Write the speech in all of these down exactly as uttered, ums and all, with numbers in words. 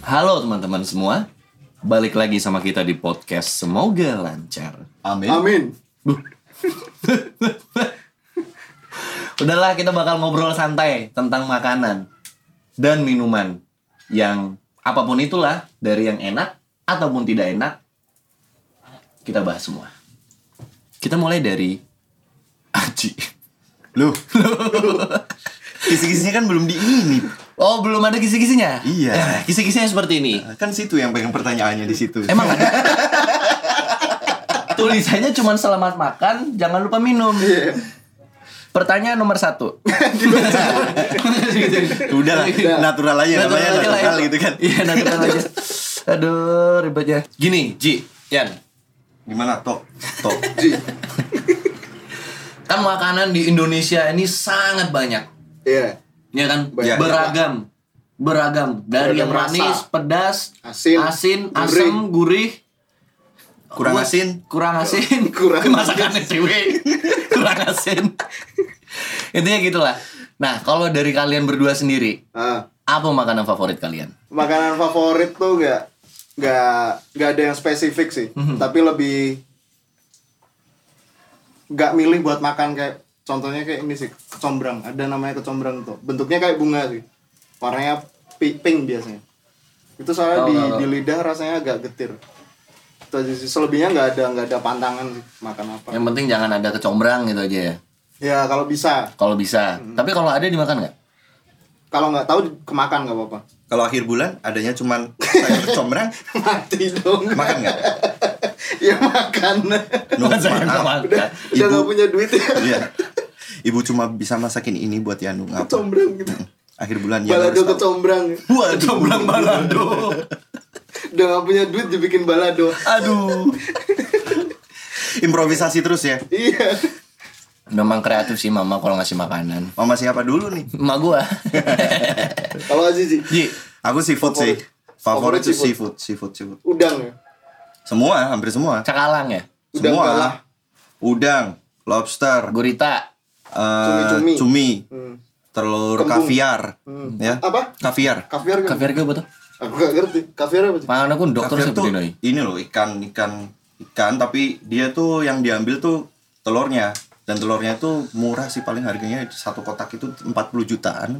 Halo teman-teman semua, balik lagi sama kita di podcast Semoga Lancar. Amin. Amin. Udahlah, kita bakal ngobrol santai tentang makanan dan minuman yang apapun itulah, dari yang enak ataupun tidak enak, kita bahas semua. Kita mulai dari Aji. Loh. Kisi-kisinya kan belum di ini. Oh, belum ada kisi-kisinya? Iya. Eh, kisi-kisinya seperti ini. Kan situ yang pengen pertanyaannya di situ. Emang ada? Tulisannya cuma selamat makan, jangan lupa minum. Iya. Pertanyaan nomor satu. Udah lah, natural aja namanya, aja lah natural ya. gitu kan. Iya, natural aja. Aduh, ribetnya. Gini, Ji, Yan. Gimana, Tok? Tok. Ji. Kan makanan di Indonesia ini sangat banyak. Iya. Ya kan? Banyak. Beragam. Beragam. Dari Beragam yang manis, rasa. pedas, Asin, asin, gurih. asam, gurih. Kurang Buat- asin. Kurang asin. Kurang Masakannya cewek. Kurang asin. Intinya gitulah. Nah, kalau dari kalian berdua sendiri, Ah, apa makanan favorit kalian? makanan favorit tuh nggak nggak nggak ada yang spesifik sih, tapi lebih nggak milih buat makan. Kayak contohnya kayak ini sih, kecombrang. Ada namanya kecombrang tuh. Bentuknya kayak bunga sih. Warnanya pi- pink biasanya. Itu soalnya Tahu, di, tahu, tahu. di lidah rasanya agak getir. Itu aja sih. Selebihnya nggak ada nggak ada pantangan sih makan apa. Yang penting jangan ada kecombrang gitu aja ya. Ya kalau bisa. Kalau bisa. Tapi kalau ada dimakan nggak? Kalau nggak tahu kemakan nggak apa-apa. Kalau akhir bulan adanya cuman sayur kecombrang, Mati dong. makan nggak? Ya makan. No, Masa maaf. nggak makan? Udah udah Ibu- nggak punya duit ya. Iya. Ibu cuma bisa masakin ini buat Yanu ngapa? Kecombrang gitu. Akhir bulan ya. Balado kecombrang. Wah, kecombrang balado. Udah nggak punya duit dibikin balado. Aduh. Improvisasi terus ya. Iya. Memang kreatif sih mama kalau ngasih makanan. Mama siapa dulu nih? Emak gua. Kalau Aziz sih Ji, Aku seafood Favorit. sih. Favorit Favorit tuh seafood. seafood, seafood, seafood. udang ya. Semua, hampir semua. cakalang ya? Udang Semua. galah. Udang, lobster, Gurita. eh, Cumi-cumi. cumi, Hmm. telur Kembung. kaviar, Hmm. ya. Apa? Kaviar. Kaviar kan? Kaviar ke apa tuh? Aku gak ngerti. Kaviar apa sih? Pangan aku dokter Kaviar tuh seperti ini. ini loh, ikan, ikan, ikan. Tapi dia tuh yang diambil tuh telurnya. Dan telurnya tuh murah sih, paling harganya satu kotak itu empat puluh jutaan.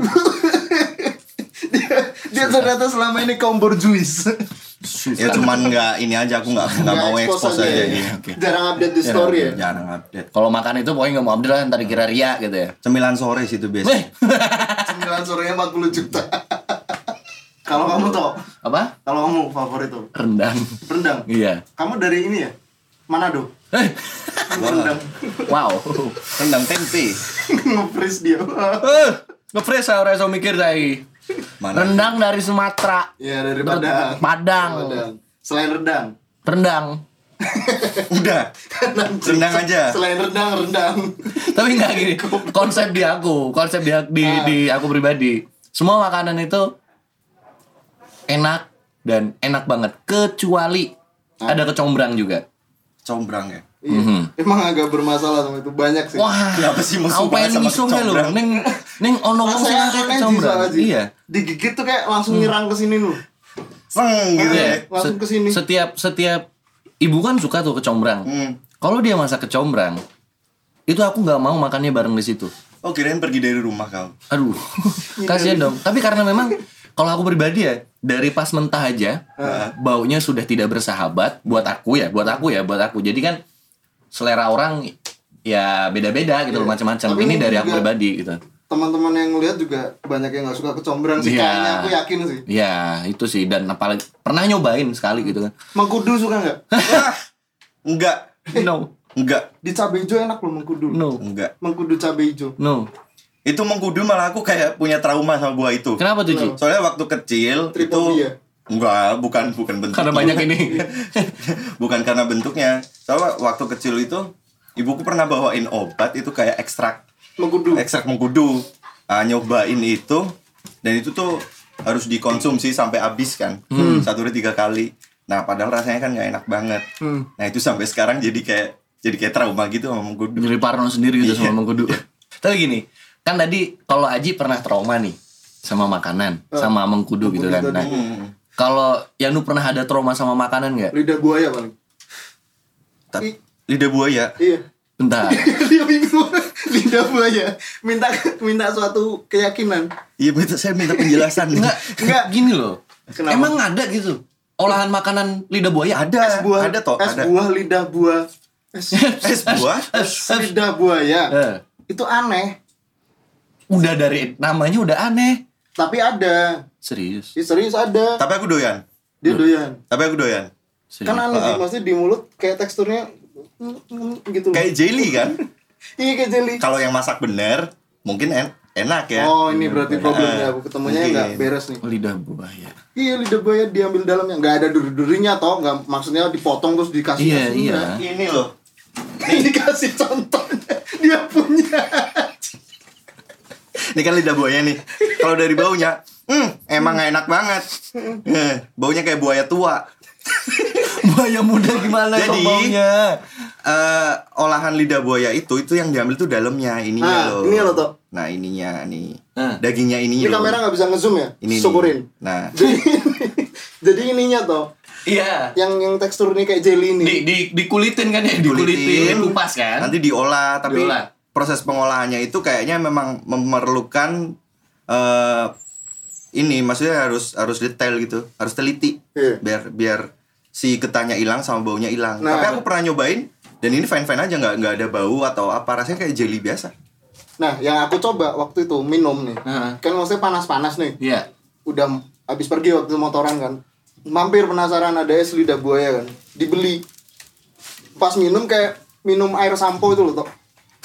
Dia ternyata selama ini kompor juice. Ya cuman nggak ini aja, aku nggak nggak mau expose aja. ya. Iya, oke. Jarang update di story ya. Jarang update. Kalau makan itu pokoknya nggak mau update lah, ntar dikira ria gitu ya. Cemilan sore sih itu biasa. Weh, Sembilan sorenya empat puluh juta. Kalau kamu toh, apa? kalau kamu favorit tuh Rendang. rendang. Iya. Kamu dari ini ya? Manado. Eh, Rendang. wow. Rendang tempe. Nge-freeze dia. Eh, nge-fresh saya orang mikir tadi. Mana? Rendang dari Sumatera. Ya dari Padang. Padang. Padang. Selain rendang. Rendang. Udah. Rendang aja. Selain rendang, rendang. Tapi nggak gini. Konsep di aku, konsep di di, Ah. di aku pribadi. Semua makanan itu enak dan enak banget, kecuali Ah. ada kecombrang juga. Combrang ya. Iya. Mhm. Emang agak bermasalah sama itu, banyak sih. Wah, Kenapa sih musuh aku banget pengen sama misuh ya lo. kecombrang? Neng neng ono wong sing Rasanya akeh aneh sih kecombrang. soalnya sih. Iya. Digigit tuh kayak langsung nyerang ke sini loh. Seng gitu Iya. ya. Langsung Se- ke sini. Setiap setiap ibu kan suka tuh kecombrang. Hmm. Kalau dia masak kecombrang, itu aku nggak mau makannya bareng di situ. Oh, kirain pergi dari rumah kau. Aduh, kasihan dong. Tapi karena memang kalau aku pribadi ya, dari pas mentah aja, baunya sudah tidak bersahabat buat aku ya, buat aku ya, buat aku. Jadi kan selera orang ya beda-beda gitu loh, macam-macam. Tapi Ini dari aku juga- pribadi gitu. Teman-teman yang ngeliat juga banyak yang nggak suka kecombrang sih. Iya. Kayaknya aku yakin sih. Ya itu sih, dan apalagi pernah nyobain sekali gitu kan. Mengkudu suka nggak? Wah, enggak. No, Enggak. Di cabai hijau enak loh mengkudu. no, Enggak. Mengkudu cabai hijau. no. Itu mengkudu malah aku kayak punya trauma sama buah itu. Kenapa tuh Ci? Soalnya waktu kecil Tripobia. itu enggak, bukan bukan bentuknya. Karena banyak ini. Bukan karena bentuknya. Soalnya waktu kecil itu ibuku pernah bawain obat itu kayak ekstrak Mengkudu. ekstrak mengkudu. Ah, nyobain itu dan itu tuh harus dikonsumsi sampai habis kan. Satu hari tiga kali. Nah, padahal rasanya kan nggak enak banget. Hmm. Nah, itu sampai sekarang jadi kayak jadi kayak trauma gitu sama mengkudu. Jadi parno sendiri gitu Iya. sama mengkudu. Tapi gini, kan tadi kalau Aji pernah trauma nih sama makanan, sama mengkudu gitu kan. mengkudu Nah, tadi. Hmm. Kalau Yanu pernah ada trauma sama makanan nggak? Lidah buaya paling. Tapi lidah buaya. Iya. Bentar. Dia bingung. Lidah buaya. Minta minta suatu keyakinan. Iya betul, saya minta penjelasan. Enggak, enggak gini loh. Kenapa? Emang ada gitu olahan makanan lidah buaya? Ada, Es buah, ada toh, es ada. buah lidah buah. Es, Es buah? es lidah buaya. Eh. Itu aneh. Udah dari namanya udah aneh. Tapi ada. Serius. Ya, serius ada. Tapi aku doyan. Dia doyan. Tapi aku doyan. Serius. Kan aneh sih, Uh-uh. maksudnya di mulut kayak teksturnya mm, mm, gitu. Kayak jelly kan? Iya kayak jelly. Kalau yang masak bener, mungkin en- enak ya. Oh ini berarti problemnya. Uh, Aku ketemunya mungkin. nggak beres nih. Lidah buaya. Iya lidah buaya diambil dalamnya. Nggak ada duri-durinya toh. Nggak, maksudnya dipotong terus dikasih. Iya, nasi. iya. Nggak. Ini loh. Dikasih contohnya. Dia punya. Ini kan lidah buaya nih. Kalau dari baunya, hmm, emang gak enak banget. Eh, baunya kayak buaya tua. Buaya muda gimana Jadi, kok baunya? Eh, olahan lidah buaya itu itu yang diambil tuh dalamnya, ininya Ah, loh. ini loh, Tok. Nah, ininya nih. Ah. Dagingnya ini Ini loh. kamera nggak bisa ngezoom ya? Ini nih. Syukurin. Nah, Jadi, jadi ininya toh. Iya. Yang yang tekstur ini kayak jelly ini. Di, di dikulitin kan ya, dikulitin, kupas kan? nanti diolah, tapi Diolah. proses pengolahannya itu kayaknya memang memerlukan eh ini, maksudnya harus harus detail gitu, harus teliti. Iya. Biar biar si getahnya hilang sama baunya hilang. Nah. Tapi aku pernah nyobain dan ini fine fine aja, nggak nggak ada bau atau apa, rasanya kayak jelly biasa. Nah, yang aku coba waktu itu minum nih. Heeh. Kan maksudnya panas-panas nih. Iya. Udah habis pergi waktu motoran kan. Mampir penasaran ada es lidah buaya kan. Dibeli. Pas minum kayak minum air sampo itu loh, Tok.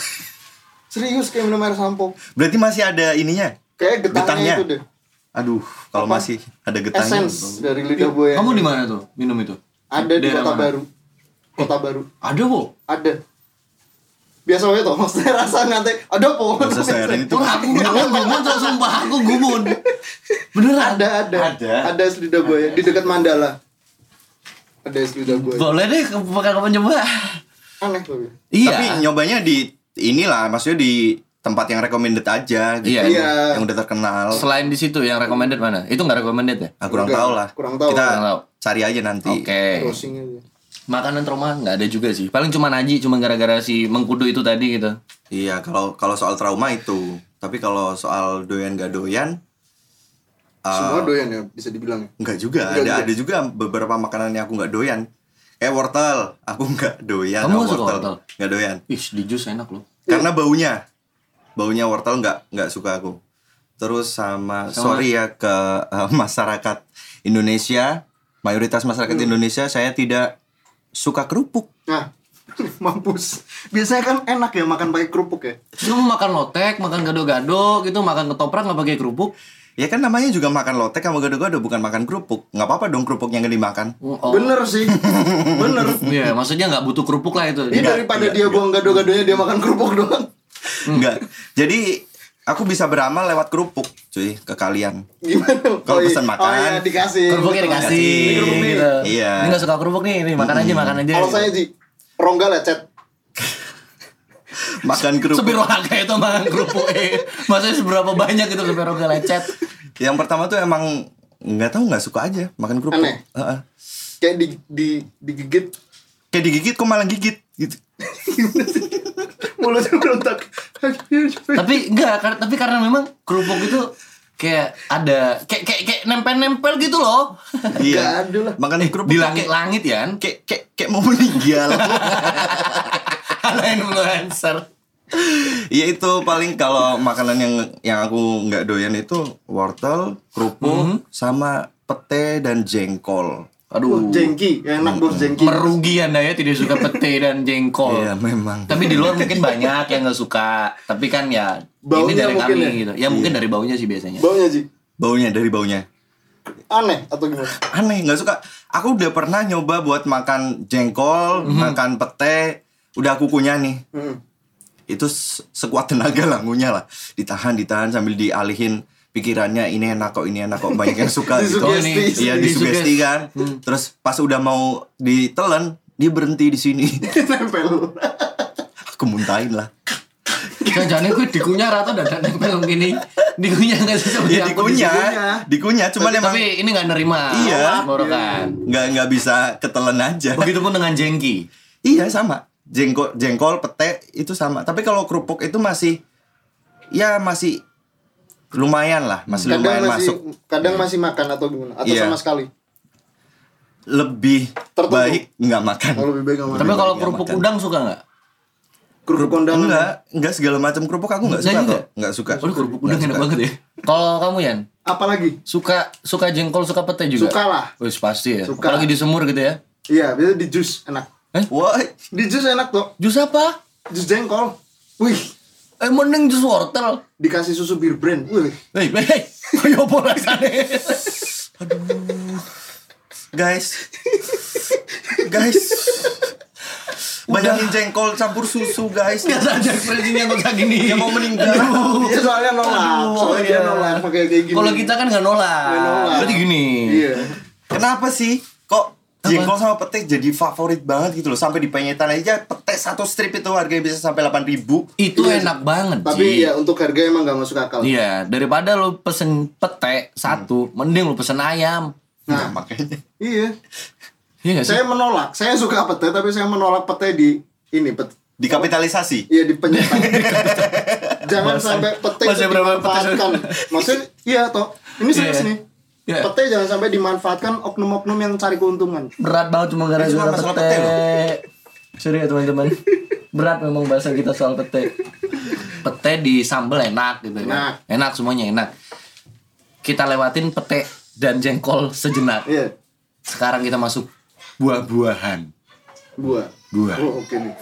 Serius kayak minum air sampo. Berarti masih ada ininya. Kayak getahnya, Getahnya. itu deh. Aduh, kalau Apa? masih ada getahnya. Essence dari lidah buaya. Kamu di mana tuh minum itu? Ada di Daerah Kota mana? Baru. Kota Baru. Ada, Bu. Ada. Biasa aja toh, maksudnya rasa nanti ada po. Nggak usah sharing itu. Wah, aku gumun, gumun, so, sumpah aku gumun. Beneran? Ada, ada. Ada. Ada es lidah buaya di dekat Mandala. Ada es lidah buaya. Boleh deh, kapan nyoba. Aneh tapi. Iya. Tapi nyobanya di inilah, maksudnya di tempat yang recommended aja gitu. Iya. Iya. Yang udah terkenal. Selain di situ yang recommended mana? Itu nggak recommended ya? Ah, kurang Enggak, tahu lah. kurang tahu. Kita Kurang tahu. cari aja nanti. Oke. Browsing aja. Makanan trauma nggak ada juga sih. Paling cuma Naji, cuma gara-gara si Mengkudu itu tadi gitu. Iya, kalau kalau soal trauma itu. Tapi kalau soal doyan gak doyan, Semua uh, doyan ya bisa dibilang ya. enggak juga. Enggak ada juga. ada juga beberapa makanan yang aku nggak doyan. Kayak wortel, aku nggak doyan. Kamu sama nggak suka wortel? Nggak doyan. Ih, di jus enak loh. Karena baunya, baunya wortel nggak nggak suka aku. Terus Sama- sama, sorry ya ke uh, masyarakat Indonesia, mayoritas masyarakat Hmm. Indonesia, saya tidak suka kerupuk. Nah, mampus. Biasanya kan enak ya makan pakai kerupuk ya. Terus kamu makan lotek, makan gado-gado gitu, makan ketoprak nggak pakai kerupuk? Ya kan namanya juga makan lotek sama gado-gado, bukan makan kerupuk. Nggak apa-apa dong kerupuknya nggak dimakan. Oh. Bener sih. Bener. Iya, maksudnya nggak butuh kerupuk lah itu. Ini Enggak, daripada enggak, dia enggak. buang gado-gadonya dia makan kerupuk doang. Enggak. Jadi aku bisa beramal lewat kerupuk, cuy, ke kalian. Gimana? Kalau Oh, iya. pesan makan, Oh iya dikasih. Kerupuknya Betul. dikasih. Ini kerupuk nih. Gitu. Iya. Ini nggak suka kerupuk nih, nih makan aja, makan aja. Kalau saya Ji, rongga lecet. Makan kerupuk. Supir olahraga itu makan kerupuk. eh. Maksudnya seberapa banyak itu supir olahraga lecet? Yang pertama tuh emang nggak tahu nggak suka aja makan kerupuk. Aneh. Heeh. Kayak di di digigit Kayak digigit kok malah gigit gitu. mulutnya berontak. Tapi enggak, kar- tapi karena memang kerupuk itu kayak ada kayak kayak, kayak nempel-nempel gitu loh. Iya. Nggak ada lah. Makan kerupuk Di tuh langit-langit ya kan? kayak kayak kayak mau meninggal. Ada influencer. Iya itu paling kalau makanan yang yang aku nggak doyan itu wortel, kerupuk, sama pete dan jengkol. Wah, Aduh. jengki, enak bos jengki. Merugi Anda ya tidak suka pete dan jengkol. Iya memang. Tapi di luar mungkin banyak yang nggak suka. Tapi kan ya ini Baunya dari mungkin kami ya? gitu. Ya mungkin dari baunya sih biasanya. Baunya Ji, Baunya dari baunya. aneh atau gimana? Aneh nggak suka. Aku udah pernah nyoba buat makan jengkol, makan pete, udah aku kunyah nih. Hmm. Itu se- sekuat tenaga lah ngunyah lah. Ditahan ditahan sambil dialihin pikirannya, ini enak kok, ini enak kok, banyak yang suka gitu. Disugesti. Oh, ini- Iya disugesti kan. Terus pas udah mau ditelan, dia berhenti di sini. Nempel. Aku muntahin lah. Jangan-jangan gue dikunyah rata dan nempel gini. Dikunyah enggak sih seperti Ya aku dikunyah, dikunyah. dikunyah cuman Tapi, emang tapi ini nggak nerima. Iya. Tenggorokan. nggak nggak bisa ketelan aja. Begitupun dengan jengki. Iya sama. Jengkol jengkol pete itu sama. Tapi kalau kerupuk itu masih ya masih lumayan lah, masih Kadang lumayan masih masuk. kadang masih makan atau gimana? Atau Iya. sama sekali? Lebih Tertentu. baik nggak makan. Kalau lebih baik nggak makan. Tapi kalau nggak kerupuk makan. udang suka nggak? Kerupuk kondangan. Enggak, enggak segala macam kerupuk aku enggak Nggak suka juga? kok. Enggak suka. Oh, kerupuk Nggak udang enak suka. banget ya. Kalau kamu Yan, Apalagi? suka suka jengkol, suka pete juga? Suka lah. Wih, pasti ya. Suka. Apalagi di semur gitu ya. Iya, biasa di jus enak. Wah, Di jus enak tuh. Jus apa? Jus jengkol. Wih, Eh mending jus wortel. dikasih susu bir brand. Wih. Hei, hei. Ayo apa rasanya? guys. guys. Bayangin jengkol campur susu, guys. Biasa aja ekspresinya nggak usah gini. Dia mau meninggal. Iya, soalnya nolak. Aduh, Soalnya dia iya. nolak pakai kayak gini. Kalau kita kan nggak nolak. Nggak nolak. Berarti gini. Iya. Kenapa sih? Kok jengkol sama pete jadi favorit banget gitu loh. Sampai di penyetan aja pete satu strip itu harganya bisa sampai delapan ribu. Itu Iya, enak banget Tapi Ci. ya untuk harga emang nggak masuk akal. Iya, daripada lo pesen pete satu, mending lo pesen ayam. Nah, makanya. Iya. Iya nggak sih? Saya menolak. Saya suka pete tapi saya menolak pete di ini pete. Dikapitalisasi. Iya di penyetan. Jangan sampai pete bahasa itu berapa pete? dimanfaatkan. Maksudnya iya toh. Ini serius Iya. nih. Iya. Pete jangan sampai dimanfaatkan oknum-oknum yang cari keuntungan. Berat banget cuma gara-gara Ini cuma masalah pete. pete Sorry ya teman-teman. Berat memang bahasa kita soal pete. Pete di sambal enak gitu Enak. kan. Enak semuanya enak. Kita lewatin pete dan jengkol sejenak. Iya. Sekarang kita masuk buah-buahan. Buah. Buah. Oh, oke nih.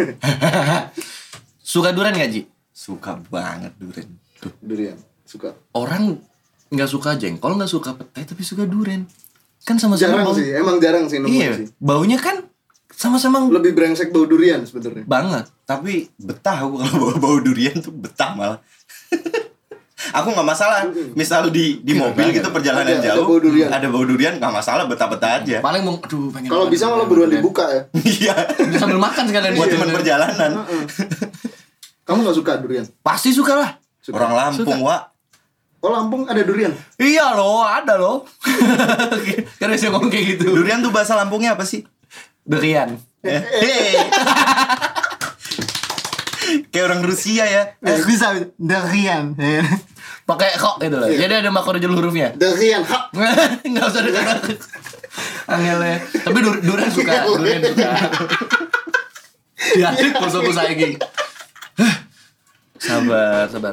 Suka durian gak Ji? Suka banget durian. Tuh. Durian. Suka. Orang nggak suka jengkol, nggak suka pete, tapi suka durian. Kan sama-sama Jarang bau. sih, emang jarang sih nemu Iya, sih. baunya kan sama-sama Lebih brengsek bau durian sebenarnya. banget. Tapi betah aku kalau bawa bau durian tuh betah malah. Aku nggak masalah. Misal di di mobil gitu perjalanan Ada- ada jauh, bau durian. ada bau durian nggak masalah, betah-betah aja. Paling mau, aduh pengen. Kalau makan bisa malah durian. buruan dibuka ya. Iya. Sambil makan sekalian. Buat Iya. teman perjalanan. Kamu gak suka durian? Pasti suka lah. Suka. Orang Lampung, Wak. Oh Lampung ada durian? Iya loh, ada loh. Karena saya ngomong kayak gitu. Durian tuh bahasa Lampungnya apa sih? Durian. Hehehe. Kayak orang Rusia ya. Eh, bisa durian. Pakai kok gitu loh. Jadi ada makro judul hurufnya. Durian hak. Enggak usah dekat. Angelnya. Tapi dur durian suka, durian suka. Diaduk bosku saiki. Sabar, sabar.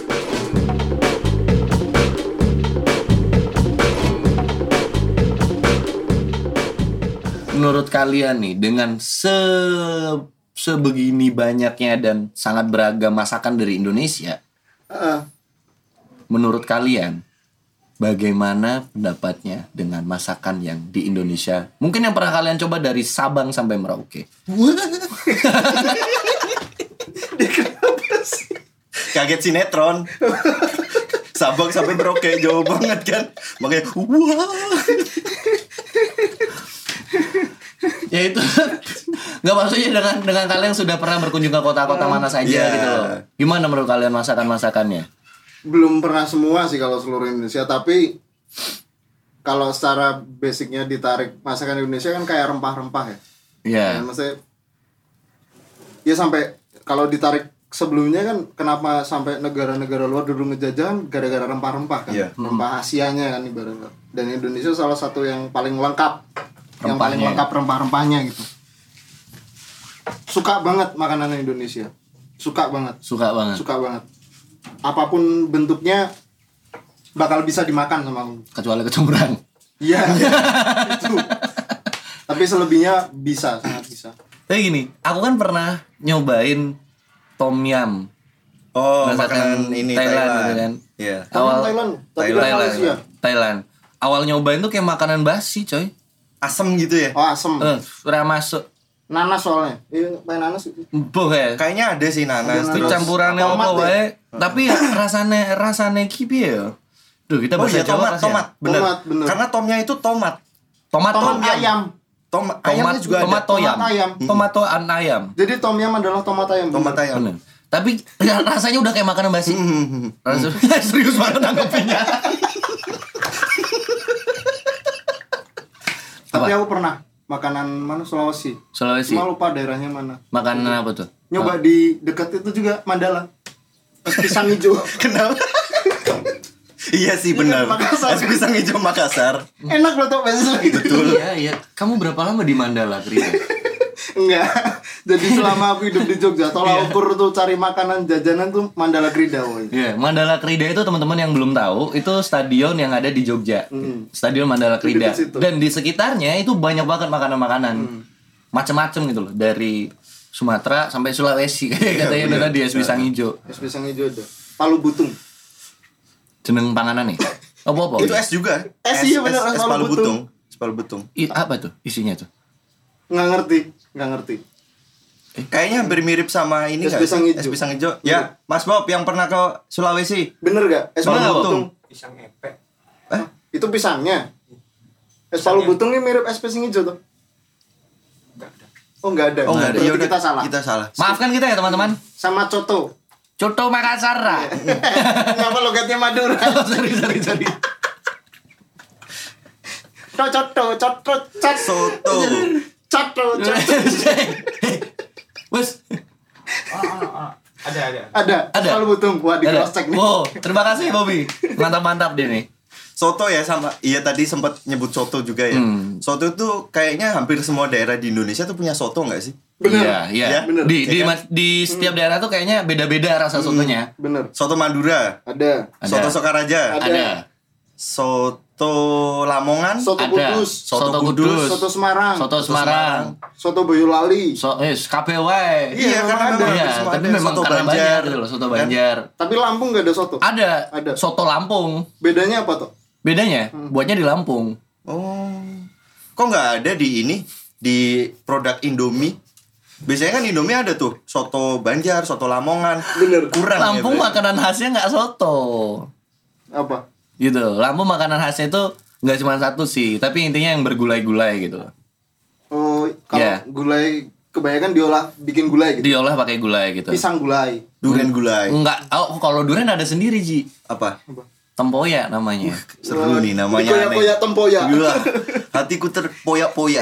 Menurut kalian nih, dengan se sebegini banyaknya dan sangat beragam masakan dari Indonesia, Heeh. menurut kalian bagaimana pendapatnya dengan masakan yang di Indonesia? Mungkin yang pernah kalian coba dari Sabang sampai Merauke. Kaget sinetron. Sabang sampai Merauke jauh banget kan. Makanya wah. Ya itu nggak maksudnya dengan dengan kalian sudah pernah berkunjung ke kota-kota mana saja Iya. gitu loh. Gimana menurut kalian masakan-masakannya? Belum pernah semua sih kalau seluruh Indonesia, tapi kalau secara basicnya ditarik masakan Indonesia kan kayak rempah-rempah ya. Iya. Ya, maksudnya ya sampai kalau ditarik sebelumnya kan kenapa sampai negara-negara luar dulu ngejajah kan gara-gara rempah-rempah kan. Iya. Rempah Asianya kan ibaratnya. Dan Indonesia salah satu yang paling lengkap. Yang paling Rempahnya. lengkap rempah-rempahnya gitu. Suka banget makanan Indonesia. Suka banget. Suka banget. Suka banget. Apapun bentuknya bakal bisa dimakan sama aku. Kecuali kecombrang. Iya. Itu. Tapi selebihnya bisa, sangat bisa. Tapi gini, aku kan pernah nyobain tom yum. Oh, Masakan makanan ini Thailand, Thailand. gitu kan. Iya. Thailand, Thailand, tapi Thailand. dari Malaysia. Thailand. Awal nyobain tuh kayak makanan basi, coy. Asem gitu ya. Oh, asem. Eh, ora masuk. Nanas soalnya. Iya, pakai nanas itu. Boh ya. Kayaknya ada sih nanas. Ada Itu Terus campurannya tomat apa ya? wae. Tapi ya rasane rasane ki piye ya? Duh, kita Oh bahasa iya Jawa tomat, kasih ya? tomat, bener. Tomat, bener. Karena tomnya itu tomat. Tomat Tomat tom yum. ayam. Tomat, Tomat ayamnya juga tomat ada. toyam. Tomat ayam. Tomat to an ayam. Jadi tom yum adalah tomat ayam. Tomat bener. ayam. Bener. Tapi ya, rasanya udah kayak makanan basi. Rasanya serius banget nanggepinnya. Tapi Apa? aku pernah makanan mana Sulawesi. Sulawesi. Cuma lupa daerahnya mana. Makanan apa tuh? Nyoba di dekat itu juga Mandala. Es pisang hijau. Kenapa? Iya sih benar. Makassar. Es pisang hijau Makassar. Enak loh tuh besok itu. Betul. Iya, iya. Kamu berapa lama di Mandala, Krida? Enggak. Jadi selama aku hidup di Jogja, tolak ukur tuh cari makanan jajanan tuh Mandala Krida woy. Iya, Mandala Krida itu teman-teman yang belum tahu, itu stadion yang ada di Jogja. Hmm. Stadion Mandala Di Krida. dekat situ. Dan di sekitarnya itu banyak banget makanan-makanan. Macem-macem gitu loh, dari Sumatera sampai Sulawesi. Katanya udah tadi es pisang hijau. Es pisang hijau ada. Palu butung. Jeneng panganan nih. Apa-apa? Itu es juga. Es iya bener, es es palu palu butung. butung. Es palu butung. I- apa tuh isinya tuh? Nggak ngerti, nggak ngerti. Kayaknya hampir mirip sama ini Es nggak pisang sih? hijau. Es pisang hijau. Ya, Mas Bob yang pernah ke Sulawesi. Bener gak? Es Bener palu nggak, butung. Pisang epek. Eh? Itu pisangnya. Es palu butung ini mirip es pisang hijau tuh. Enggak ada. Oh nggak ada. Oh, enggak ada. Berarti Ya udah, kita salah. Kita salah. Maafkan kita ya teman-teman. Sama coto. Coto Makassar. Ra. Kenapa logatnya Madura? sorry, sorry, sorry. Coto, coto, cat. Soto. Coto, coto. Bos, Ah, ah, ah. Ada, ada. Ada. Es Ada. palu butung. Wah di ada. cross check nih. Wow, terima kasih Bobby. Mantap-mantap dia nih. Soto ya sama. Iya tadi sempat nyebut soto juga ya. Hmm. Soto itu kayaknya hampir semua daerah di Indonesia tuh punya soto nggak sih? Bener. Iya, iya. Ya, bener. Di di, Ya kan? mas- di setiap daerah tuh kayaknya beda-beda rasa sotonya. Bener. Soto Madura, Ada. Ada. soto Sokaraja, Ada. Ada. soto Lamongan, Soto Ada. Kudus. Soto Soto Kudus. Kudus. Soto Semarang. Soto Semarang. Soto Boyolali. So, eh, K P W. Iya, Iya, kan memang memang ada. hampir Iya, semua tapi ada. memang Soto karena Banjar. banyak gitu loh, soto Kan? Banjar. Tapi Lampung gak ada soto. Ada. Ada. Soto Lampung. Bedanya apa tuh? Bedanya, buatnya di Lampung. Oh, kok nggak ada di ini di produk Indomie? Biasanya kan Indomie ada tuh soto Banjar, soto Lamongan. Bener. Kurang Lampung ya, berarti. makanan khasnya nggak soto. Apa? Gitu. Lampung makanan khasnya itu nggak cuma satu sih, tapi intinya yang bergulai-gulai gitu. Oh, kalau Iya. gulai kebanyakan diolah bikin gulai gitu. Diolah pakai gulai gitu. Pisang gulai. Durian gulai. Enggak, oh, kalau durian ada sendiri, Ji. Apa? Tempoyak namanya. Seru nih namanya aneh. Koyak-koyak tempoyak. Gila, hatiku terpoyak-poyak.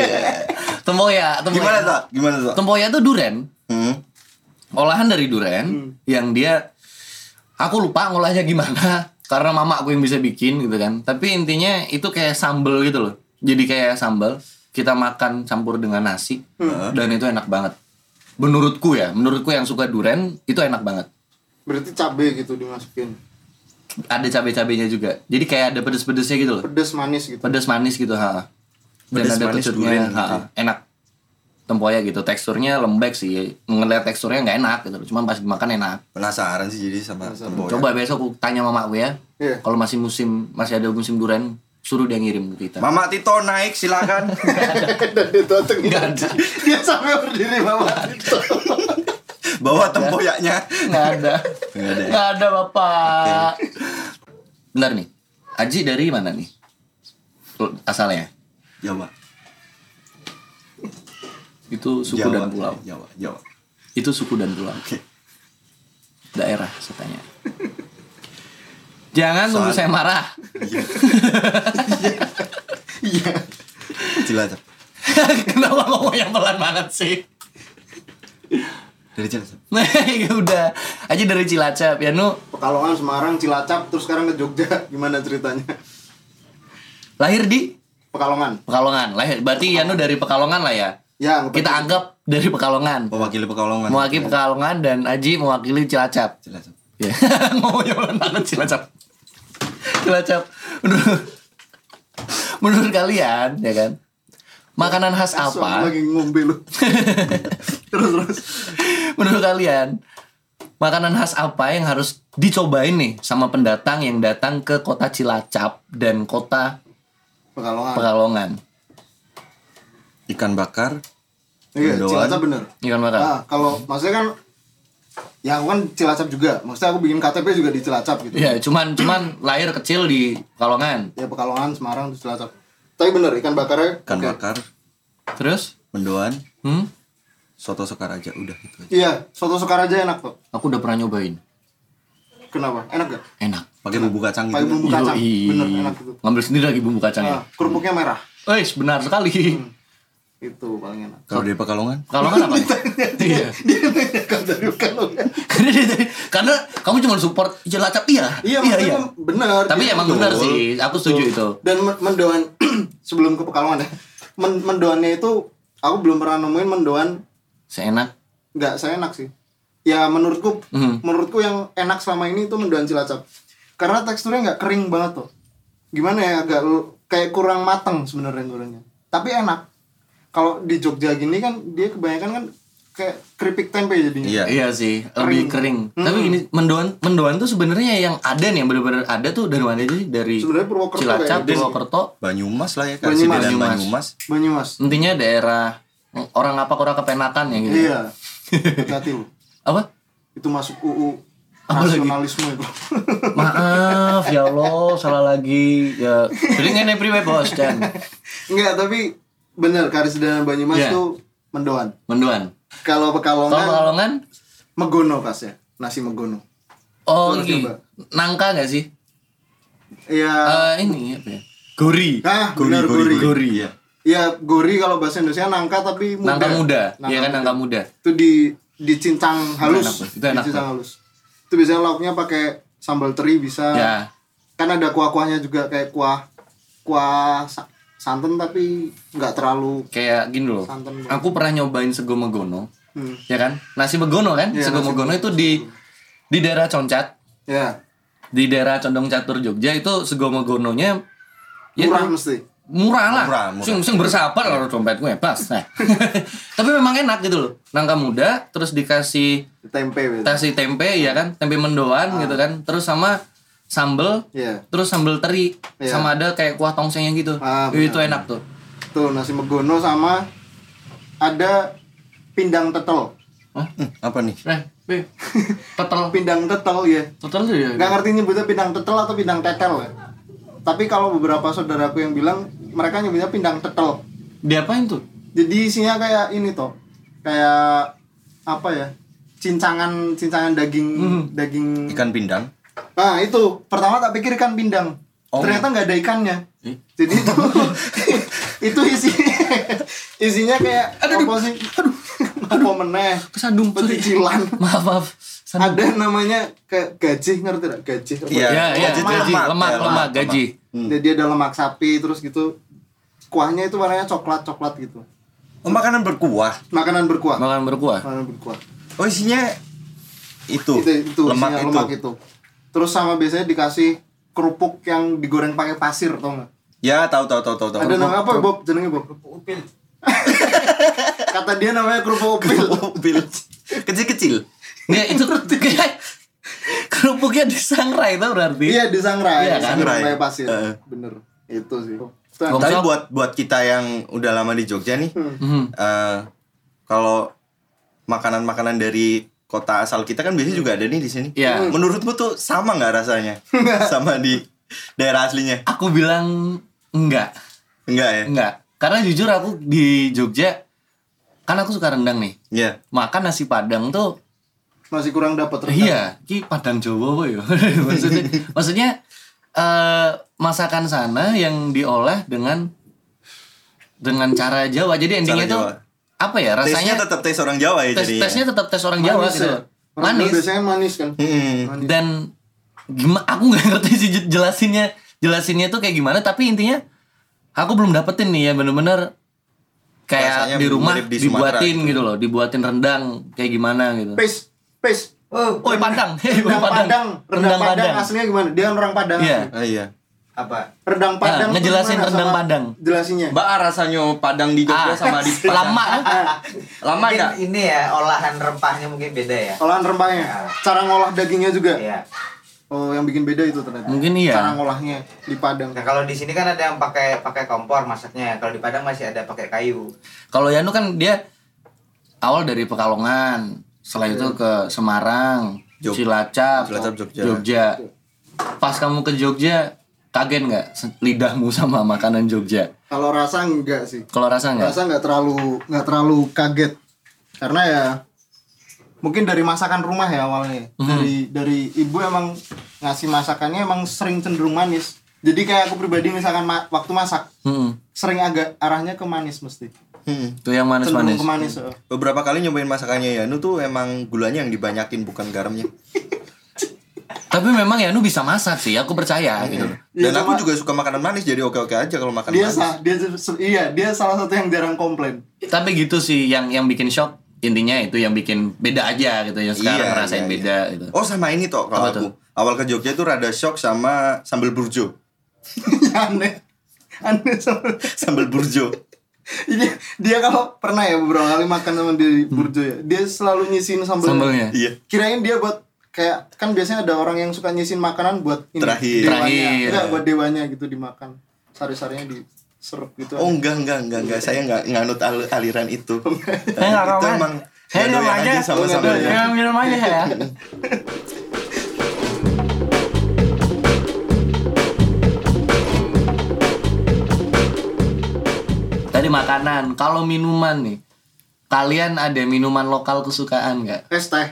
Tempoyak, tempoyak. Gimana tuh? Gimana tuh? Tempoyak itu duren, Hmm. olahan dari duren yang dia aku lupa ngolahnya gimana karena mama aku yang bisa bikin gitu kan. Tapi intinya itu kayak sambel gitu loh. Jadi kayak sambal kita makan campur dengan nasi dan itu enak banget. Menurutku ya, menurutku yang suka duren itu enak banget. Berarti cabe gitu dimasukin. Ada cabai-cabainya juga. Jadi kayak ada pedes-pedesnya gitu loh. Pedes manis gitu. Pedas manis gitu, ha. Dan Pedas ada manis kecutnya, durian ha. gitu. Enak. Tempoyak gitu, teksturnya lembek sih. Ngeliat teksturnya nggak enak gitu. Cuma pas dimakan enak. Penasaran sih jadi sama tempoyak. Coba besok aku tanya mamaku ya. Iya. Kalau masih musim masih ada musim durian, suruh dia ngirim ke kita. Mama Tito naik silakan. Dan itu tengah. Nggak ada. Dia sampai berdiri bawa itu. Bawa tempoyaknya. Nggak ada. Nggak ada ya? Nggak ada, Bapak. Benar nih. Aji dari mana nih? Asalnya? Jawa. Itu suku Jawa. dan pulau. Jawa, Jawa. Itu suku dan pulau. Oke. Daerah saya tanya. Jangan tunggu Soal- saya marah. Iya. Cilacap. Kenapa ngomongnya pelan banget sih? Dari Cilacap. Nah, ya udah. Aja dari Cilacap ya, Nu. Pekalongan, Semarang, Cilacap, terus sekarang ke Jogja. Gimana ceritanya? Lahir di Pekalongan. Pekalongan. Lahir berarti Yanu dari Pekalongan lah ya. Ya, ngepe- Kita anggap dari Pekalongan. Mewakili Pekalongan. Mewakili Ya. Pekalongan dan Aji mewakili Cilacap. Cilacap. Ya. Ngomongnya pelan banget Cilacap. Cilacap. Menurut, menurut kalian ya kan? Makanan khas Suami apa? lagi ngombe lu. Terus terus. Menurut kalian makanan khas apa yang harus dicobain nih sama pendatang yang datang ke kota Cilacap dan kota Pekalongan. Pekalongan? Ikan bakar. Iya, Mendoan. Cilacap bener. Ikan bakar. Nah, kalau maksudnya kan ya aku kan Cilacap juga. Maksudnya aku bikin K T P juga di Cilacap gitu. Ya, cuman cuman lahir kecil di Pekalongan. Ya Pekalongan, Semarang, terus Cilacap. Tapi bener ikan bakarnya. Ikan oke. bakar. Terus? Mendoan. Hmm? Soto Sokaraja udah gitu aja. Iya, soto Sokaraja enak tuh. Aku udah pernah nyobain. Kenapa? Enak gak? Enak. Pakai bumbu kacang Pakai gitu. bumbu kacang. Yoi. Bener enak itu. Ngambil sendiri lagi bumbu kacangnya. Ah, kerupuknya merah. Eh, benar sekali. Itu paling enak. Kalau dari Pekalongan? Kalau kan apa? Iya. Dia nanya kan dari Pekalongan. Karena dia- Karena kamu cuma support Cilacap iya. Iya, maksudnya emang bener. Tapi Dia emang betul. benar sih. Aku setuju itu. Dan men- mendoan sebelum ke Pekalongan ya. Men- mendoannya itu aku belum pernah nemuin mendoan Seenak. nggak seenak sih. Ya menurutku Mhm. menurutku yang enak selama ini itu mendoan Cilacap. Karena teksturnya nggak kering banget tuh. Gimana ya, agak l- kayak kurang mateng sebenarnya gorengnya. Tapi enak. Kalau di Jogja gini kan dia kebanyakan kan kayak keripik tempe jadinya. Iya. Iya sih, lebih kering. Tapi ini mendoan mendoan tuh sebenarnya yang ada nih, yang benar-benar ada tuh dari mana aja sih? Dari Sebenarnya Purwokerto Cilacap, kayak gitu sih. Purwokerto. Banyumas lah ya, Banyumas. Karsida dan Banyumas. Banyumas. Banyumas. Intinya daerah orang apa kurang kepenakan ya gitu. Iya. Hati-hati lu. Apa? Itu masuk U U Apa lagi? nasionalisme itu. Maaf ya Allah, salah lagi. Ya, jadi ngene priwe bos dan Enggak, tapi bener Karisda dan Banyumas Iya. tuh mendoan. mendoan. Kalau Kalau Pekalongan Pekalongan, megono pas ya, nasi megono. oh Harus ini coba. nangka nggak sih? Iya. Eh ini apa ya? Gori. Ah, Gori, benar gori, gori. Gori. Iya. Ya, gori kalau bahasa Indonesia nangka tapi muda. Nangka muda. Iya kan nangka muda. Itu di dicincang halus. enak, Bos. Itu enak, Dicincang halus. Itu biasanya lauknya pakai sambal teri bisa. Ya. Kan ada kuah-kuahnya juga kayak kuah kuah sa- santan tapi nggak terlalu Kayak gini loh. santan banget. Aku pernah nyobain sego megono. Hmm. Ya kan? Nasi megono kan? Iya, Sego nasi megono itu di di daerah Concat, Ya, di daerah Condong Catur Jogja itu sego megononya ya murah tuh, mesti. murah lah. Murah, murah. Sing sing bersabar kalau dompet gue pas. Nah. Tapi memang enak gitu loh. Nangka muda terus dikasih Tempe gitu. kasih tempe ya kan? Tempe mendoan gitu kan. Terus sama sambel, Iya. terus sambel teri Iya. sama ada kayak kuah tongsengnya gitu. Ah, itu benar. enak tuh. Tuh nasi megono sama ada pindang tetel. Hah? Hmm, apa nih? Eh, Be. Tetel. Pindang tetel ya. Tetel tuh ya. Nggak ngerti nyebutnya pindang tetel atau pindang tetel ya. Tapi kalau beberapa saudaraku yang bilang mereka nyebutnya pindang tetel. Diapain tuh? Jadi isinya kayak ini toh. Kayak apa ya? Cincangan cincangan daging Hmm. daging. Ikan pindang. Nah, itu. Pertama tak pikir ikan pindang. Oh. Ternyata nggak ada ikannya. Eh? Jadi itu itu isinya isinya kayak apa sih? Aduh. Apa meneh? Kesandung sorry. Pecicilan. Maaf, maaf. Sandung. Ada namanya kayak gajih, ngerti gak? Gajih. apa? Iya. Ya, ya, Gaji, gaji, lemak, lemak, ya, lemak, lemak, gaji. Hmm. Jadi ada lemak sapi terus gitu. Kuahnya itu warnanya coklat-coklat gitu. Oh, makanan berkuah. Makanan berkuah. Makan berkuah. Makanan berkuah. Oh, isinya itu. Itu itu lemak isinya itu. lemak itu. Terus sama biasanya dikasih kerupuk yang digoreng pakai pasir, tau nggak? Ya, tahu tahu tahu tahu tahu. Ada nama apa, Bob? Jenenge Bob. Upil. Kata dia namanya kerupuk upil. Mobil. Kecil-kecil. Nggak, itu kayak kerupuknya disangrai tau berarti. Iya, disangrai. Iya kan? Disangrai pakai Sangrai. pasir. Heeh. Bener. Itu sih. Itu Bom enak. Tapi Sok. buat buat kita yang udah lama di Jogja nih, Mhm. eh, kalau makanan-makanan dari kota asal kita kan biasanya juga ada nih di sini. Iya. Menurutmu tuh sama nggak rasanya sama di daerah aslinya? Aku bilang enggak. Enggak ya? Enggak. Karena jujur aku di Jogja kan aku suka rendang nih. Iya. Makan nasi Padang tuh Masih kurang dapat rendang. iya, ki Padang Jawa kok ya. maksudnya maksudnya eh, masakan sana yang diolah dengan dengan cara Jawa. Jadi endingnya Cara tuh Jawa. apa ya? Tesnya Rasanya tetap tes orang Jawa ya tes jadinya. tesnya tetap tes orang Jawa Manis gitu. ya. Orang Manis. Jawa biasanya manis kan. Mm-mm. Manis. Dan gimana aku nggak ngerti sih jelasinnya jelasinnya tuh kayak gimana, tapi intinya aku belum dapetin nih ya bener-bener kayak Rasanya di rumah mirip di Sumatera dibuatin gitu. gitu loh, dibuatin rendang kayak gimana gitu. Pes, pes. Oh, Oh, Padang. Rendang Padang, rendang Padang Padang. aslinya gimana? Dia orang Padang. Iya. asli. Ah, iya. apa? Rendang Padang. Nah, tuh ngejelasin gimana rendang sama- Padang. Jelasinnya. Mbak rasanya Padang di Jogja Ah, sama di Padang. lama kan? Lama Mungkin enggak? ini ya olahan rempahnya mungkin beda ya. Olahan rempahnya, Ya. cara ngolah dagingnya juga. Iya. Oh, yang bikin beda itu ternyata. Mungkin iya. Cara ngolahnya di Padang. Nah kalau di sini kan ada yang pakai pakai kompor masaknya. Kalau di Padang masih ada pakai kayu. Kalau Yanu kan dia awal dari Pekalongan, setelah itu ke Semarang, Jog- Cilacap, Cilacap, Jogja. Pas kamu ke Jogja, kaget nggak se- lidahmu sama makanan Jogja? Kalau rasa enggak sih. Kalau rasa nggak? Rasa nggak terlalu nggak terlalu kaget. Karena ya mungkin dari masakan rumah ya awalnya. Hmm. Dari dari ibu emang ngasih masakannya emang sering cenderung manis. Jadi kayak aku pribadi misalkan ma- waktu masak Hmm. sering agak arahnya ke manis mesti. Hmm. Tuh yang Cenderung manis-manis. ke manis. oh. Beberapa kali nyobain masakannya Yanu tuh emang gulanya yang dibanyakin bukan garamnya. Tapi memang Yanu bisa masak sih, aku percaya gitu. Ya, Dan aku cuma- juga suka makanan manis, jadi oke-oke aja kalau makan Dia manis. sah, dia se- iya, dia salah satu yang jarang komplain. Tapi gitu sih yang yang bikin shock intinya itu yang bikin beda aja gitu yang sekarang Iya, ngerasain iya, beda iya. gitu. Oh sama ini toh Apa kalau aku. tuh? Awal ke Jogja tuh rada shock sama sambal burjo. Aneh. Aneh sama Sambal burjo. Ini dia kalau pernah ya beberapa kali makan sama di Burjo ya, dia selalu nyisin sambalnya. Sambelnya. Iya. Kirain dia buat kayak kan biasanya ada orang yang suka nyisin makanan buat ini Terakhir. dewanya. Terakhir. Enggak, buat dewanya gitu dimakan. Sari-sarinya diserap gitu. Oh enggak enggak enggak enggak saya enggak nganut al- aliran itu. Saya nggak itu roman. emang Saya nggak minum doyan aja, sama nggak sambalnya. doyan. Yang minum aja ya. Tadi makanan, kalau minuman nih, kalian ada minuman lokal kesukaan nggak? Es teh.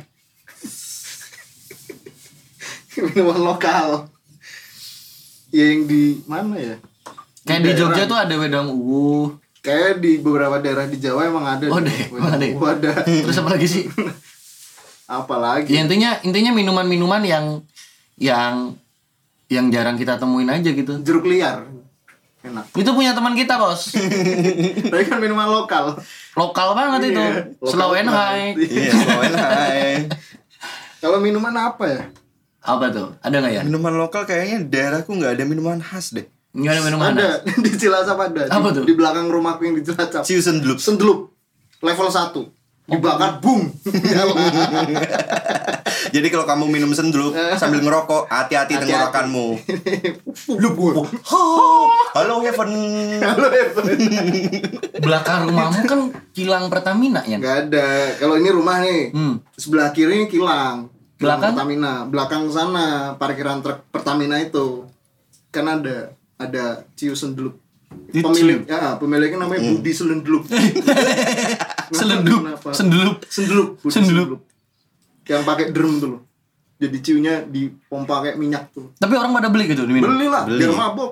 Minuman lokal. Ya yang di mana ya? Kayak di daerah. Jogja tuh ada wedang uwu. Kayak di beberapa daerah di Jawa emang ada. Oh, deh. deh, emang ada ya? Oh, ada. Terus apa lagi sih? Apalagi? Ya, intinya intinya minuman-minuman yang yang yang jarang kita temuin aja gitu. Jeruk liar. Enak. Itu punya teman kita, Bos. Tapi kan minuman lokal. Lokal banget itu. Iya, Slow lokal and high. banget. Iya, slow and high. Kalau minuman apa ya? Apa tuh? Ada nggak ya? Minuman lokal kayaknya daerahku nggak ada minuman khas deh. Nggak ada minuman. Ada di Cilacap ada. Di- Apa tuh? Di belakang rumahku yang di Cilacap. Ciu sendlup. Sendelup. Level satu. Dibakar, boom. Nyala. Jadi kalau kamu minum sendlup sambil ngerokok, hati-hati Hati-hati. tenggorokanmu. Lu buah. Halo Heaven. Halo Evan. Belakang rumahmu kan kilang Pertamina ya? Gak ada. Kalau ini rumah nih. Hmm. Sebelah kiri ini kilang. Kilang Belakang? Pertamina. Belakang sana parkiran truk Pertamina itu. Kan ada ada Ciu Sendelup. Itu Pemilik, ya, pemiliknya namanya Budi Selendelup. Selendup, Kenapa? sendelup. Sendelup, Budi Sendelup. Sendelup. Yang pakai drum tuh loh. Jadi ciunya dipompa kayak minyak tuh. Tapi orang pada beli gitu diminum. Belilah, Beli. biar mabok.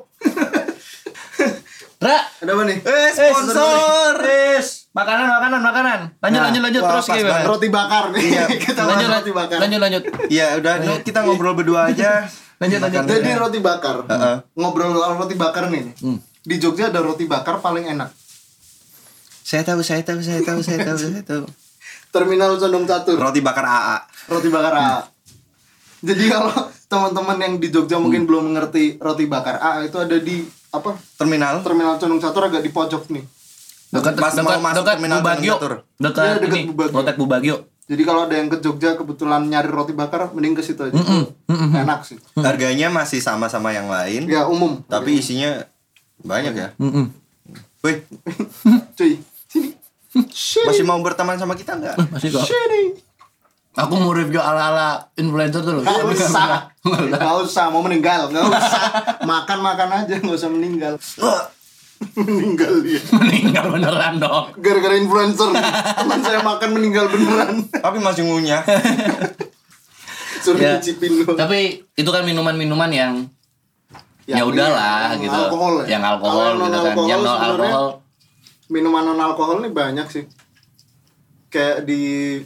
Ra, Ada apa nih? Eh sponsor. Res, makanan, makanan, makanan. Lanjut, Nah, lanjut, lanjut wah, terus pas gimana? banget. Roti bakar nih. Iya, Kita Lanjut, bahas lanjut, roti bakar. lanjut, lanjut. Ya udah, nu, kita ngobrol berdua aja. Lanjut, lanjut. Makan. Jadi roti bakar. Heeh. Ngobrol soal roti bakar nih. Hmm. Di Jogja ada roti bakar paling enak. Saya tahu, saya tahu, saya tahu, saya tahu, saya tahu. Terminal Condong Catur. Roti bakar A A. Roti bakar A A. Jadi kalau teman-teman yang di Jogja mungkin Hmm. belum mengerti roti bakar A A itu ada di apa? Terminal. Terminal Condong Catur agak di pojok nih. Dekat, Pas mau dekat, masuk dekat terminal Bubagio. Condong Catur. Dekat Iya, dekat ini, Bubagio. Lotek Bubagio. Jadi kalau ada yang ke Jogja kebetulan nyari roti bakar mending ke situ aja. Mm-mm, mm-mm. Enak sih. Harganya masih sama sama yang lain, Ya umum. tapi isinya banyak ya. Mm-mm. Wih, Cuy. Sini. masih mau berteman sama kita nggak? Masih kok. Sini. Aku mau review ala-ala influencer tuh loh. Gak usah. Gak usah mau meninggal. Gak usah. Makan-makan aja gak usah meninggal. Meninggal dia. Meninggal beneran dong. Gara-gara influencer. Teman saya makan meninggal beneran. Tapi masih ngunyah. Suruh Ya. nyicipin lu. Tapi itu kan minuman-minuman yang ya Yang udahlah yang gitu. alkohol ya? Yang alkohol Kalau gitu kan. non-alkohol Yang non sebenarnya alkohol. Minuman non alkohol nih banyak sih. Kayak di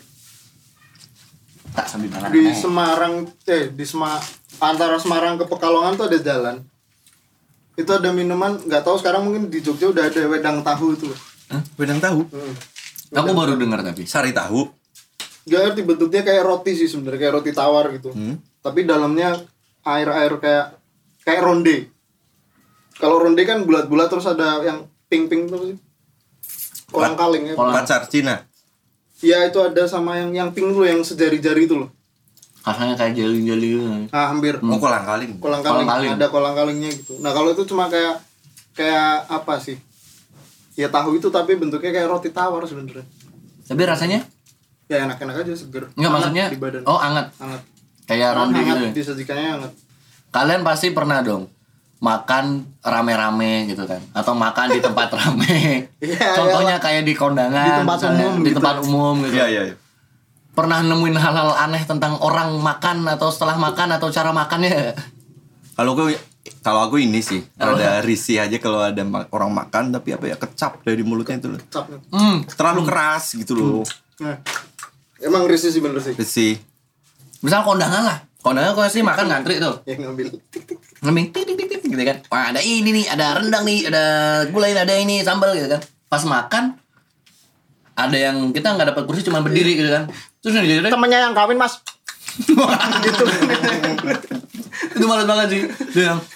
Tak sambil makan. di Semarang eh di Sema antara Semarang ke Pekalongan tuh ada jalan. Itu ada minuman, nggak tahu sekarang mungkin di Jogja udah ada wedang tahu itu loh. Wedang tahu. Hmm. Aku baru dengar tapi. Sari tahu. Gak ngerti bentuknya kayak roti sih sebenarnya, kayak roti tawar gitu. Hmm. Tapi dalamnya air-air kayak kayak ronde. Kalau ronde kan bulat-bulat terus ada yang pink-pink tuh sih. Kolang kaling ya. Kolang- Pacar Cina. Iya itu ada sama yang yang pink tuh yang sejari-jari itu loh. Rasanya kayak jeli-jeli gitu. Nah, hampir. Oh, kolang kaling. Kolang kaling. Kolang-kaling. Ada kolang kalingnya gitu. Nah, kalau itu cuma kayak kayak apa sih? Ya tahu itu tapi bentuknya kayak roti tawar sebenarnya. Tapi rasanya Ya enak-enak aja seger. enggak Hangat maksudnya di badan. oh anget. Hangat. Kayak ronde hangat, gitu ya. disajikannya hangat. Kalian pasti pernah dong makan rame-rame gitu kan atau makan di tempat rame. Iya, Contohnya iyalah. kayak di kondangan, Di tempat misalnya, umum di gitu. tempat umum gitu. Iya, iya, iya. pernah nemuin hal-hal aneh tentang orang makan atau setelah makan atau cara makannya? Kalau gue kalau aku ini sih Apa? ada risih aja kalau ada ma- orang makan tapi apa ya kecap dari mulutnya itu loh. Capnya. Hmm. Terlalu keras gitu loh. Nah, emang risih sih bener sih. Risih. Misal kondangan lah. Kondangan kok sih makan ngantri tuh. Yang ngambil. Ngeming tik tik tik tik gitu kan. Wah, ada ini nih, ada rendang nih, ada gulai, ada ini sambal gitu kan. Pas makan ada yang kita nggak dapat kursi cuma berdiri gitu kan. Terus yang jadi Temennya yang kawin mas. gitu. Itu males banget sih. Dia yang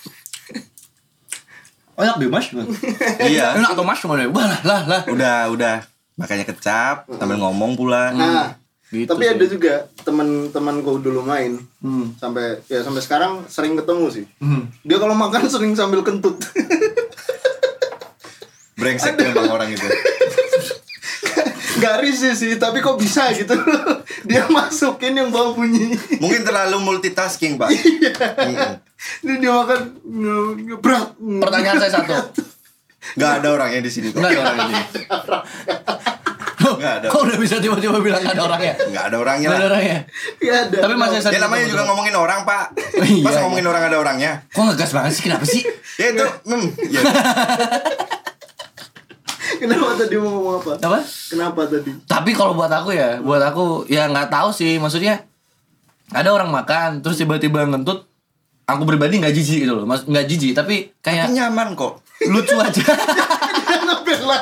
enak deh mas. Iya. Enak atau mas gimana? Wah lah lah lah. Udah udah makanya kecap sambil ngomong pula. Nah, Gitu tapi sih. ada juga teman-teman gue dulu main Hmm. sampai ya sampai sekarang sering ketemu sih. Hmm. Dia kalau makan sering sambil kentut. Brengsek memang orang itu. Gak risih sih, tapi kok bisa gitu. Dia masukin yang bau bunyi. Mungkin terlalu multitasking, Pak. Mm-mm. Ini dia makan nge- berat. Pertanyaan saya satu. Nggak ada orangnya di sini. Pak. Enggak ada orang ini. Nggak ada. Kok udah bisa tiba-tiba bilang nggak ada orangnya? Nggak ada orangnya Nggak ada lah. orangnya. Ya ada. Tapi masih Ya namanya juga ngomongin orang, Pak. Iya, Pas iya. ngomongin orang ada orangnya. Kok ngegas banget sih? Kenapa sih? Ya itu, hmm, ya. Kenapa tadi mau ngomong apa? Apa? Kenapa tadi? Tapi kalau buat aku ya, buat aku ya nggak tahu sih. Maksudnya ada orang makan terus tiba-tiba ngentut. Aku pribadi nggak jijik gitu loh, mas nggak jijik. Tapi kayak Tapi nyaman kok. lucu aja. Dia ngebela.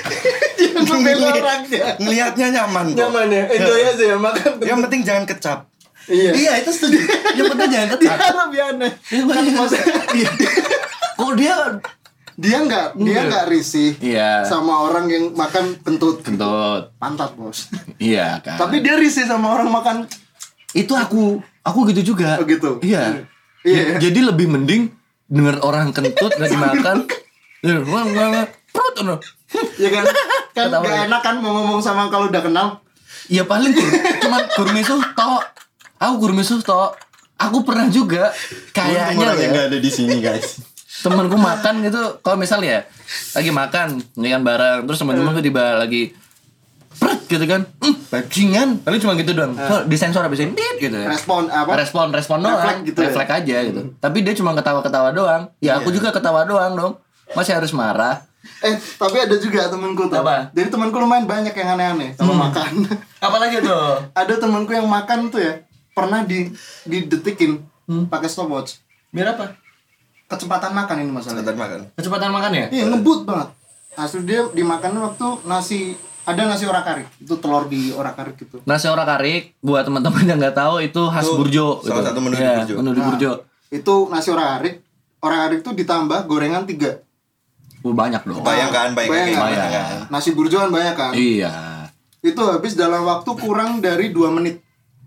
Dia ngebela orangnya. Ngelihatnya nyaman kok. Nyaman ya? Enjoy aja ya makan. Yang penting jangan kecap. Iya. Iya itu setuju. Yang penting jangan Dia ketat. lebih aneh. Yang penting Maksudnya Kok dia dia nggak dia Enggak. nggak risih Iya. sama orang yang makan kentut. kentut. Pantat bos. Iya kan. Tapi dia risih sama orang makan. itu aku, aku gitu juga. Oh, gitu? Iya. Iya. Jadi lebih mending denger orang kentut nggak dimakan. Ya, wah, wah, wah, perut ono. Ya kan? Kan Ketawa gak ya. enak kan mau ngomong sama kalau udah kenal. Ya paling gur- cuman gurmesuh tok. Aku gurmesuh tok. Aku pernah juga kayaknya Untung orangnya ya. nggak ada di sini, guys. Temanku makan gitu, kalau misal ya lagi makan, ini kan bareng, terus teman-temanku tiba lagi pret gitu kan, hmm, bajingan, paling cuma gitu doang. So, disensor habis ini, dit, gitu ya. Respon apa? Respon, respon doang, Refleks gitu ya? refleks aja gitu. Tapi dia cuma ketawa-ketawa doang. Ya aku juga ketawa doang dong. Masih harus marah. Eh, tapi ada juga temanku tuh. Apa? Jadi temanku lumayan banyak yang aneh-aneh kalau makan. Apalagi tuh? Ada temanku yang makan tuh ya, pernah di didetikin pakai stopwatch. Biar apa? Kecepatan makan ini masalahnya. Kecepatan makan. Kecepatan makan ya? Iya, ngebut banget. Asli dia dimakan waktu nasi ada nasi orak-arik. Itu telur di orak-arik gitu. Nasi orak-arik buat teman-teman yang nggak tahu itu khas Itu Burjo. salah satu menu di Iya, Burjo. Menu di Nah, Burjo. Itu nasi orak-arik. Orak-arik tuh ditambah gorengan tiga. Oh, banyak dong. Bayangkan, bayangkan kayak Bayangkan. gimana kan. Nasi burjo kan banyak kan. Iya. Itu habis dalam waktu kurang dari dua menit.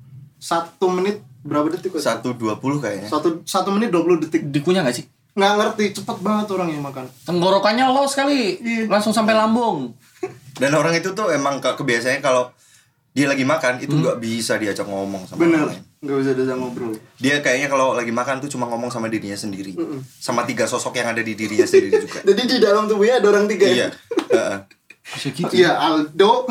Satu menit berapa detik? Kok? satu dua puluh kayaknya. Satu satu menit dua puluh detik. Dikunyah nggak sih? Nggak ngerti, cepet banget orang yang makan. Tenggorokannya los sekali, Iya. langsung sampai lambung. Dan orang itu tuh emang ke- kebiasaannya kalau dia lagi makan itu nggak bisa diajak ngomong sama Bener, orang lain. nggak bisa diajak ngobrol. Dia kayaknya kalau lagi makan tuh cuma ngomong sama dirinya sendiri. Sama tiga sosok yang ada di dirinya sendiri juga. Jadi di dalam tubuhnya ada orang tiga. Iya. Heeh. Bisa gitu. Iya, Aldo,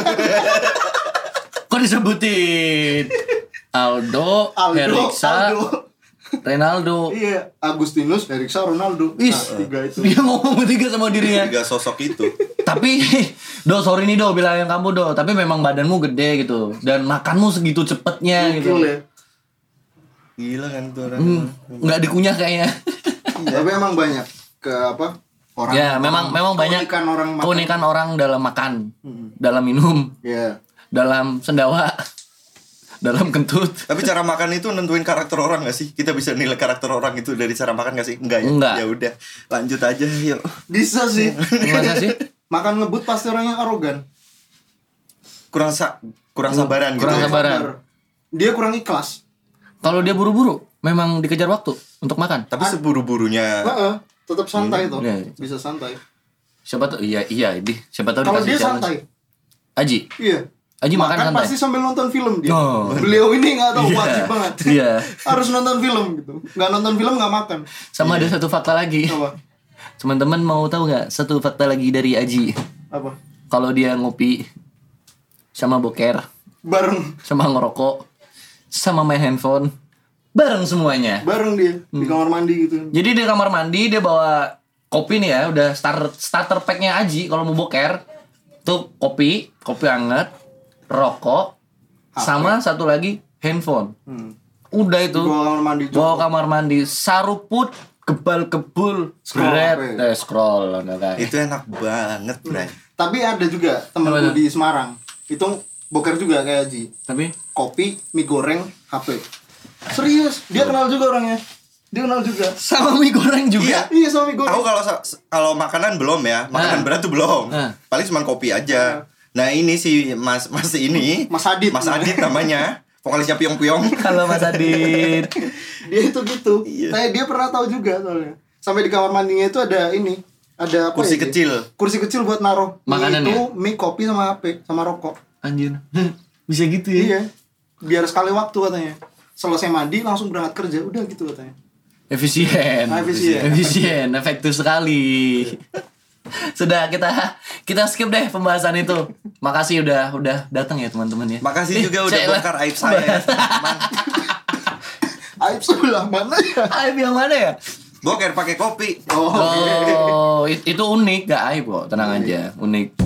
Kok disebutin? Aldo, Aldo, Heriksa, Aldo. Renaldo. Iya, Agustinus, Eriksa, Ronaldo. Wis, Nah, tiga itu. dia ngomong bertiga sama dirinya. Tiga sosok itu. Tapi, Do, sorry nih Do, bilang yang kamu Do. Tapi memang badanmu gede gitu. Dan makanmu segitu cepetnya gitu. Gokil ya. Gila kan tuh orang. Hmm, nggak dikunyah kayaknya. Tapi emang banyak ke apa? Orang. Ya, memang memang banyak keunikan orang makan. keunikan orang dalam makan, dalam minum, Iya. dalam sendawa, dalam kentut. Tapi cara makan itu nentuin karakter orang gak sih? Kita bisa nilai karakter orang itu dari cara makan gak sih? Enggak ya? Enggak. Ya udah, lanjut aja yuk. Bisa sih. Masa sih? Makan ngebut pasti orangnya arogan. Kurang sa kurang sabaran Kurang gitu. ya. sabaran. Sabar. Dia kurang ikhlas. Kalau dia buru-buru, memang dikejar waktu untuk makan. Tapi seburu-burunya Heeh, tetap santai tuh. Iya. Bisa santai. Siapa tahu? Iya, iya, di. Siapa tahu Kalau dikasih dia challenge. santai. Aji, Iya. Aji makan, Makan santai. pasti sambil nonton film dia. Oh. Beliau ini nggak tahu Iya. wajib banget. Iya. Harus nonton film gitu. Nggak nonton film nggak makan. Sama ada satu fakta lagi. Apa? Teman-teman mau tahu nggak satu fakta lagi dari Aji? Apa? Kalau dia ngopi sama boker, bareng sama ngerokok, sama main handphone, bareng semuanya. bareng dia di kamar mandi gitu. Jadi di kamar mandi dia bawa kopi nih ya, udah starter starter packnya Aji kalau mau boker. Tuh kopi, kopi hangat, rokok, H P. sama satu lagi handphone. Hmm. Udah itu. Bawa kamar mandi juga. Bawa kamar mandi, saruput, kebal kebul, Scroll scroll, H P. eh, scroll, nah, kayak. Itu enak banget, Bray. Tapi ada juga temen Apa gue tuh? di Semarang. Itu boker juga kayak Haji. Tapi Kopi, mie goreng, H P. Serius, dia kenal juga orangnya. Dia kenal juga. sama mie goreng juga. Iya, sama mie goreng. Aku kalau sa- kalau makanan belum ya, Nah. makanan berat tuh belum. Nah. Paling cuma kopi aja. Nah ini si Mas Mas ini, Mas Adit. Mas Adit namanya, vokalisnya Piong Piong. Halo Mas Adit. Dia itu gitu. Iya. Nah, dia pernah tahu juga soalnya. Sampai di kamar mandinya itu ada ini, ada apa Kursi ya, kecil. Kursi kecil buat naruh mie Makanan itu, ya? mie, kopi sama H P, sama rokok. Anjir. Bisa gitu ya? Iya. Biar sekali waktu katanya. Selesai mandi langsung berangkat kerja, udah gitu katanya. Efisien. Ah, efisien. Efisien, efektif sekali. Sudah kita kita skip deh pembahasan itu. Makasih udah udah datang ya teman-teman ya. Makasih Nih, juga udah cek lah. bongkar aib saya ya, teman. Aib sebelah mana ya? Aib yang mana ya? Boker pakai kopi. Oh, Oh, it- itu unik, gak aib kok, tenang aja, unik.